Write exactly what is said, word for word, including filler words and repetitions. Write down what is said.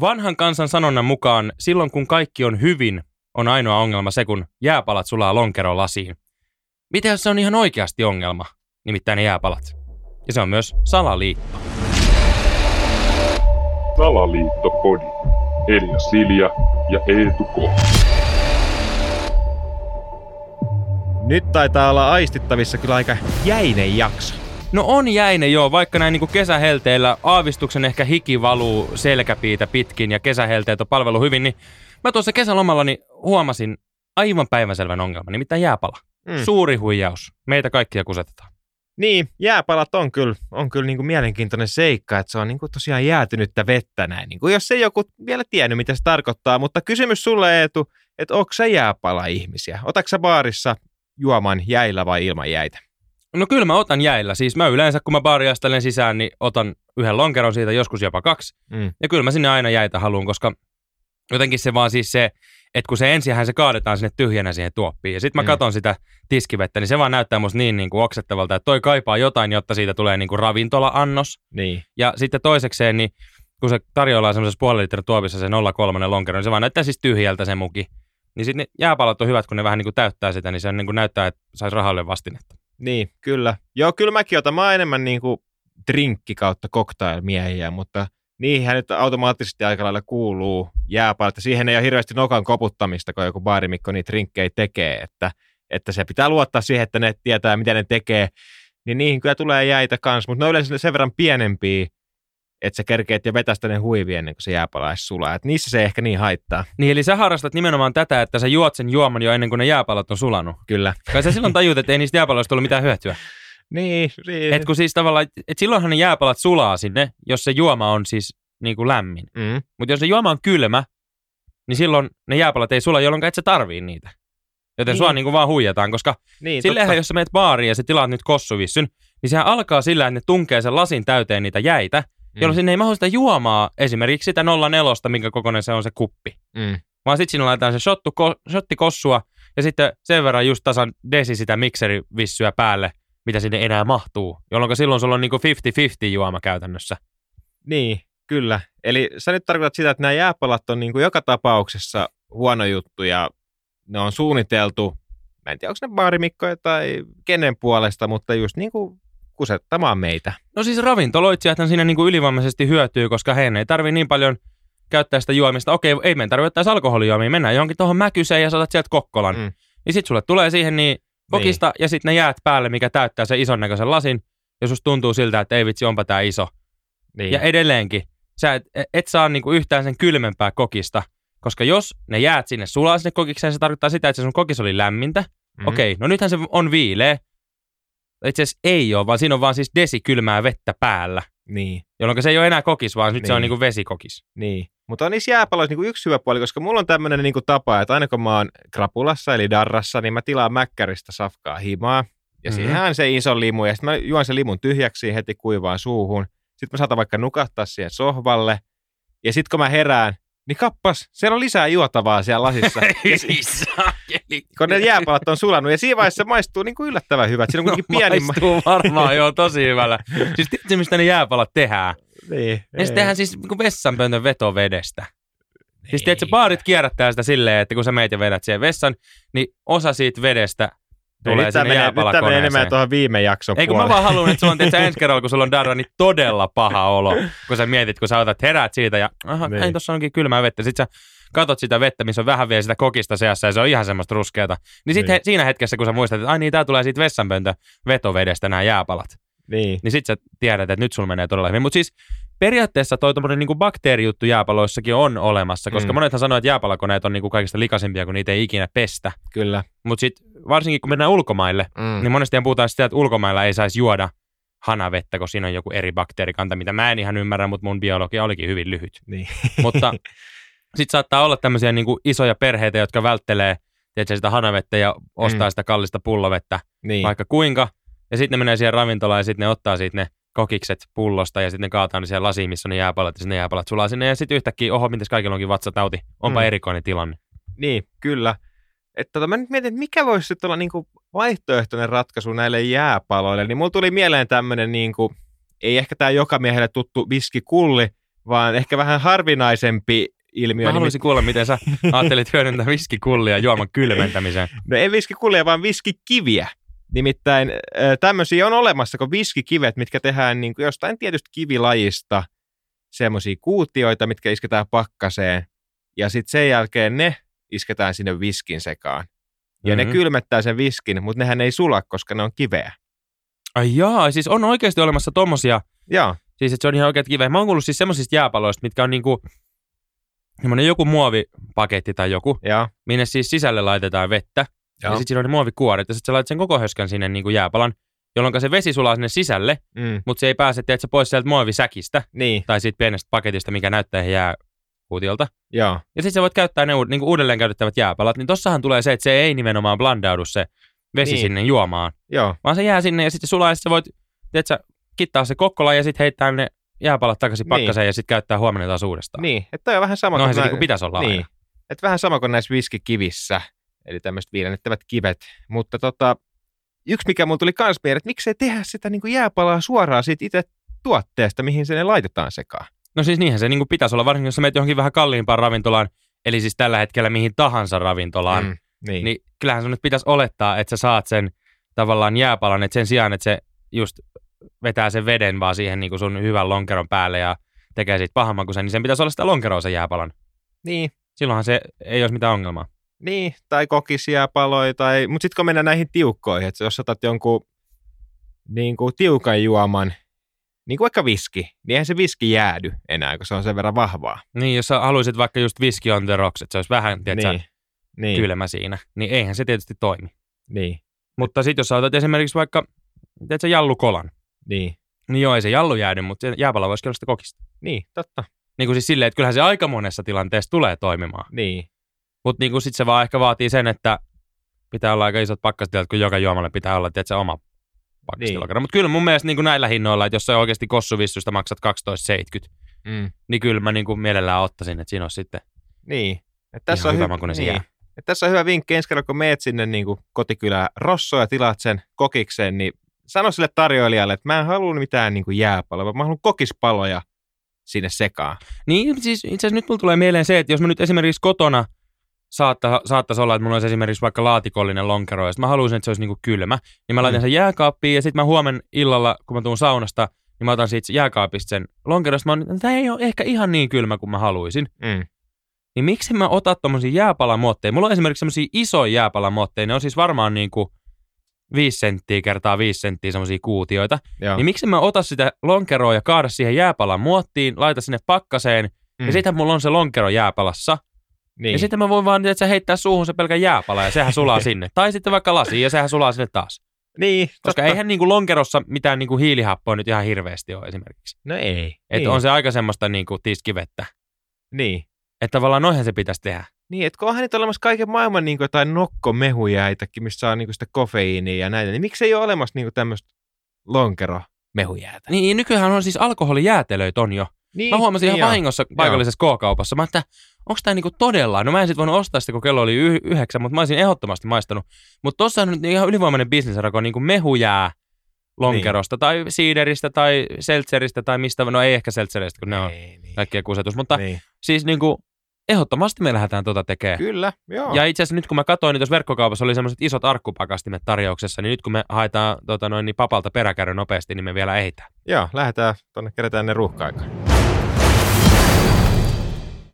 Vanhan kansan sanonnan mukaan silloin kun kaikki on hyvin, on ainoa ongelma se, kun jääpalat sulaa lonkerolasiin. Mitä jos se on ihan oikeasti ongelma, nimittäin ne jääpalat? Ja se on myös salaliitto. Salaliittopodi. Elia Silja ja Eetu K. Nyt taitaa olla aistittavissa kyllä aika jäinen jakso. No on jäinen joo, vaikka näin niin kesähelteillä aavistuksen ehkä hiki valuu selkäpiitä pitkin ja kesähelteet on palvelu hyvin, niin mä tuossa kesälomallani huomasin aivan päivänselvän ongelman, nimittäin jääpala. Mm. Suuri huijaus. Meitä kaikkia kusetetaan. Niin, jääpalat on kyllä, on kyllä niin kuin mielenkiintoinen seikka, että se on niin kuin tosiaan jäätynyttä vettä näin. Niin kuin jos ei joku vielä tiennyt, mitä se tarkoittaa, mutta kysymys sulle Eetu, että onko sä jääpala-ihmisiä? Otatko sä baarissa juoman jäillä vai ilman jäitä? No kyllä mä otan jäillä. Siis mä yleensä, kun mä baari astelen sisään, niin otan yhden lonkeron siitä, joskus jopa kaksi. Mm. Ja kyllä mä sinne aina jäitä haluan, koska jotenkin se vaan siis se, että kun se ensinhän se kaadetaan sinne tyhjänä siihen tuoppiin. Ja sit mä mm. katon sitä tiskivettä, niin se vaan näyttää musta niin, niin kuin oksettavalta, että toi kaipaa jotain, jotta siitä tulee niin kuin ravintola-annos. Niin. Ja sitten toisekseen, niin kun se tarjoillaan semmoisessa puolen litran tuopissa se nolla kolme lonkero, niin se vaan näyttää siis tyhjältä se muki. Niin sitten ne jääpalat on hyvät, kun ne vähän niin kuin täyttää sitä, niin se niin kuin näyttää, että saisi rahalle vastinetta. Niin, kyllä. Joo, kyllä mäkin otan. Mä oon enemmän niin kuin drinkki kautta cocktail-miehiä, mutta niihinhän nyt automaattisesti aika lailla kuuluu jääpalat. Siihen ei ole hirveästi nokan koputtamista, kun joku baarimikko niitä drinkkejä tekee, että, että se pitää luottaa siihen, että ne tietää, mitä ne tekee. Niin niihin kyllä tulee jäitä kanssa, mutta ne on yleensä sen verran pienempiä, että sä kerkeet jo vetästä ne huivi ennen kuin se jääpala edes sulaa. Et niissä se ehkä niin haittaa. Niin, eli sä harrastat nimenomaan tätä, että sä juot sen juoman jo ennen kuin ne jääpalat on sulanut. Kyllä. Kai sä silloin tajuut, että ei niistä jääpaloista ollut mitään hyötyä. Niin. niin. Että kun siis tavallaan, että silloinhan ne jääpalat sulaa sinne, jos se juoma on siis niin kuin lämmin. Mm. Mutta jos se juoma on kylmä, niin silloin ne jääpalat ei sula, jolloin et sä tarvii niitä. Joten niin. Sua niin kuin vaan huijataan, koska niin, silleenhän jos sä meet baariin ja sä tilaat nyt kossuvissyn, niin sehän alkaa sillä, että ne tunkee sen lasin täyteen niitä jäitä, jolloin mm. sinne ei mahdollista sitä juomaa, esimerkiksi sitä nolla neljä, minkä kokoinen se on se kuppi. Mm. Vaan sitten siinä laitetaan se shottu, ko, shotti kossua ja sitten sen verran just tasan desi sitä mikserivissyä päälle, mitä sinne enää mahtuu. Jolloin silloin sulla on niinku viisikymmentä viisikymmentä juoma käytännössä. Niin, kyllä. Eli sä nyt tarkoitat sitä, että nämä jääpalat on niinku joka tapauksessa huono juttu ja ne on suunniteltu, mä en tiedä, onko ne baarimikkoja tai kenen puolesta, mutta just niinku kusettamaan meitä. No siis ravintoloitsijathan siinä niin kuin ylivoimaisesti hyötyy, koska heidän ei tarvitse niin paljon käyttää sitä juomista. Okei, ei meidän tarvitse ottaa alkoholijuomia, mennään johonkin tuohon Mäkyseen ja saatat sieltä Kokkolan. Mm. Niin sit sulle tulee siihen niin kokista niin. Ja sitten ne jäät päälle, mikä täyttää sen ison näköisen lasin. Ja susta tuntuu siltä, että ei vitsi, onpa tää iso. Niin. Ja edelleenkin, sä et, et saa niin kuin yhtään sen kylmempää kokista, koska jos ne jäät sinne sulaa sinne kokikseen, se tarkoittaa sitä, että se sun kokis oli lämmintä. Mm. Okei, no nythän se on viileä. Itse asiassa ei ole, vaan siinä on vaan siis desikylmää vettä päällä. Niin. Jolloin se ei ole enää kokis, vaan nyt niin. Se on niin kuin vesikokis. Niin. Mutta on niissä jääpaloissa niin yksi hyvä puoli, koska mulla on tämmöinen niin tapa, että aina kun mä oon krapulassa eli darrassa, niin mä tilaan mäkkäristä safkaa himaa. Ja mm-hmm. siihen se iso limu, ja sitten mä juon sen limun tyhjäksi heti kuivaan suuhun. Sitten mä saatan vaikka nukahtaa siihen sohvalle. Ja sitten kun mä herään, niin kappas, siellä on lisää juotavaa siellä lasissa. Kun ne jääpalat on sulanut, ja siinä vaiheessa se maistuu niin kuin yllättävän hyvät. Siinä on kuitenkin pieni... Maistuu varmaan, joo, tosi hyvällä. Siis tiedätkö, mistä ne jääpalat tehdään? Niin. Ne se tehdään siis niin vessanpöntön vetovedestä. Niin. Siis tiedätkö, baarit kierrättää sitä silleen, että kun sä meet ja vedät siihen vessan, niin osa siitä vedestä tulee nyt sinne jääpalakoneeseen. Nyt tämä menee enemmän tuohon viime jakson puolelle. Eikö mä vaan haluan, että sulla on tietysti ensi kerralla, kun sulla on darra, niin todella paha olo, kun sä mietit, kun sä otat heräät siitä ja aha, niin. Ei tossa onkin kylmää vettä. Sitten sä katot sitä vettä, missä on vähän vielä sitä kokista seassa ja se on ihan semmoista ruskeata. Niin sitten niin. Siinä hetkessä, kun sä muistat, että ai niin, tää tulee siitä vessanpöntön vetovedestä nämä jääpalat. Niin. Niin sit sä tiedät, että nyt sulla menee todella hyvin. Mutta siis periaatteessa toi tommonen niinku bakteerijuttu jääpaloissakin on olemassa, koska mm. monethan sanoo, että jääpalakoneet on niinku kaikista likaisimpia, kun niitä ei ikinä pestä. Kyllä. Mutta sitten varsinkin kun mennään ulkomaille, mm. niin monesti puhutaan sitä, että ulkomailla ei saisi juoda hanavettä, kun siinä on joku eri bakteerikanta, mitä mä en ihan ymmärrä, mutta mun biologia olikin hyvin lyhyt. Niin. Mutta sitten saattaa olla tämmöisiä niinku isoja perheitä, jotka välttelee tiedätkö, sitä hanavettä ja ostaa mm. sitä kallista pullovettä, niin. Vaikka kuinka. Ja sitten ne menee siihen ravintolaan ja sitten ne ottaa siitä ne kokikset pullosta ja sitten ne kaataa ne siihen lasiin, missä on ne jääpalat ja sitten ne jääpalat sulaa sinne. Ja sitten yhtäkkiä, oho, mitäs kaikilla onkin vatsatauti. Onpa mm. erikoinen tilanne. Niin, kyllä. Että tota, mä nyt mietin, että mikä voisi sitten olla niinku vaihtoehtoinen ratkaisu näille jääpaloille. Niin mulla tuli mieleen tämmöinen, niinku, ei ehkä tämä joka miehelle tuttu viskikulli, vaan ehkä vähän harvinaisempi ilmiö. Mä haluaisin kuulla, miten sä ajattelit hyödyntää viskikullia juoman kylmentämiseen. No ei viskikullia, vaan viskikiviä. Nimittäin tämmöisiä on olemassa kuin viskikivet, mitkä tehdään niin kuin jostain tietystä kivilajista, semmoisia kuutioita, mitkä isketään pakkaseen, ja sitten sen jälkeen ne isketään sinne viskin sekaan. Ja mm-hmm. ne kylmettää sen viskin, mutta nehän ei sula, koska ne on kiveä. Ai jaa, siis on oikeasti olemassa tommosia, Joo. siis että se on ihan oikeat kiveä. Mä oon kuullut siis semmosista jääpaloista, mitkä on niinku semmoinen joku muovipaketti tai joku, ja. minne siis sisälle laitetaan vettä, ja, ja sitten siinä on ne muovikuoret, ja sitten sä laitat sen koko höskän sinne niinku jääpalan, jolloin se vesi sulaa sinne sisälle, mm. mutta se ei pääse, tiedätkö, pois sieltä muovisäkistä, niin. tai siitä pienestä paketista, mikä näyttää jääkuutiolta. Joo. Ja sitten sä voit käyttää ne niinku uudelleen käytettävät jääpalat, niin tossahan tulee se, että se ei nimenomaan blandaudu se vesi niin. sinne juomaan, Joo. vaan se jää sinne, ja sitten sulaa, ja sit sä voit, tiedätkö, kittaa se kokkola, ja sitten heittää ne jääpalat takaisin pakkaseen, niin. ja sitten käyttää huomenna taas uudestaan. Niin, että toi on vähän sama no, kuin... se nä... niinku pitäisi olla niin. aina. Että vähän sama kuin näissä viskikivissä, eli tämmöiset viilennettävät kivet. Mutta tota, yksi mikä mun tuli kans mieleen, että miksei tehdä sitä niinku jääpalaa suoraan siitä itse tuotteesta, mihin se ne laitetaan sekaan. No siis niinhän se niinku pitäisi olla, varsinkin jos sä menet johonkin vähän kalliimpaan ravintolaan, eli siis tällä hetkellä mihin tahansa ravintolaan, mm, niin. niin kyllähän sun nyt pitäisi olettaa, että sä saat sen tavallaan jääpalan, että sen sijaan, että se just vetää sen veden vaan siihen niinku sun hyvän lonkeron päälle ja tekee siitä pahammakuisen, niin sen pitäisi olla sitä lonkeroa sen jääpalan. Niin. Silloinhan se ei olisi mitään ongelmaa. Niin, tai kokisjääpaloja, tai... mutta sitten kun mennään näihin tiukkoihin, että jos otat jonkun niin kuin tiukan juoman, niin kuin vaikka viski, niin eihän se viski jäädy enää, kun se on sen verran vahvaa. Niin, jos sä haluaisit vaikka just viski on the rocks, että se olisi vähän, tiedätkö, niin. Niin. kylmä siinä, niin eihän se tietysti toimi. Niin. Mutta sitten jos sä otat esimerkiksi vaikka, tiedätkö, jallukolan, niin. niin joo, ei se jallu jäädy, mutta se jääpala voisi olla sitä kokista. Niin, totta. Niin kuin siis silleen, että kyllähän se aika monessa tilanteessa tulee toimimaan. Niin. Mutta niin sitten se vaan ehkä vaatii sen, että pitää olla aika isot pakkastilat, kun joka juomalle pitää olla, tiedätkö, oma pakkastilokana. Niin. Mutta kyllä mun mielestä niin kuin näillä hinnoilla, että jos sä oikeasti kossuvissusta maksat kaksitoista seitsemänkymmentä, mm. niin kyllä mä niin kuin mielellään ottaisin, että siinä on sitten niin. Et tässä ihan on hyvä hy- makuinen niin. jää. Et tässä on hyvä vinkki, ensi kerran kun meet sinne niin kuin kotikylään Rossoon ja tilaat sen kokikseen, niin sano sille tarjoilijalle, että mä en halua mitään niin kuin jääpaloja, vaan mä haluan kokispaloja sinne sekaan. Niin, siis itse asiassa nyt mulla tulee mieleen se, että jos mä nyt esimerkiksi kotona saatta, saattaisi olla, että mulla olisi esimerkiksi vaikka laatikollinen lonkero, ja mä haluaisin, että se olisi niinku kylmä, niin mä laitan mm. sen jääkaappiin, ja sitten mä huomen illalla, kun mä tuun saunasta, niin mä otan siitä jääkaapista sen lonkerosta, mä oon, tämä ei ole ehkä ihan niin kylmä kuin mä haluaisin. Mm. Niin miksi mä otan tommosia jääpalamuotteja? Mulla on esimerkiksi semmosia isoja jääpalamuotteja, ne on siis varmaan niinku viisi senttiä kertaa viisi senttiä semmosia kuutioita. Joo. Niin miksi mä otan sitä lonkeroa ja kaada siihen jääpalan muottiin, laita sinne pakkaseen, mm. ja sitten mulla on se lonkero jääpalassa. Niin. Ja sitten mä voin vaan, että sä heittää suuhun se pelkän jääpala ja sehän sulaa sinne. Tai sitten vaikka lasi ja sehän sulaa sinne taas. Niin. Koska totta. Eihän niinku lonkerossa mitään niinku hiilihappoa nyt ihan hirveästi ole esimerkiksi. No ei. Että niin. on se aika semmoista niinku tiskivettä. Niin. Että tavallaan noihän se pitäisi tehdä. Niin, että kun onhan nyt olemassa kaiken maailman niin kuin jotain nokkomehujäitäkin, missä saa niin kuin sitä kofeiinia ja näitä, niin miksi ei ole olemassa niin kuin tämmöistä lonkeromehujäätä? Niin, nykyään on siis alkoholijäätelöitä on jo. Niin, mä huomasin niin ihan jo. vahingossa paikallisessa K-kaupassa. Mä että onko tää niinku todella? No mä en sit voinut ostaa sitä, kun kello oli y- yhdeksän, mutta mä olisin ehdottomasti maistanut. Mutta tossa on nyt ihan ylivoimainen bisnesrako, niinku mehujää lonkerosta niin. tai siideristä tai seltseristä tai mistä, no ei ehkä seltseristä, kun ne on niin. kaikkia kusetus, mutta niin. siis niinku ehdottomasti me lähdetään tota tekemään. Kyllä, joo. Ja itse asiassa nyt kun mä katsoin, niin tuossa verkkokaupassa oli semmoiset isot arkkupakastimet tarjouksessa, niin nyt kun me haetaan tota noin, niin papalta peräkärry nopeasti, niin me vielä ehditään. Joo, lähdetään tuonne, kerätään ne ruuhka-aikaan.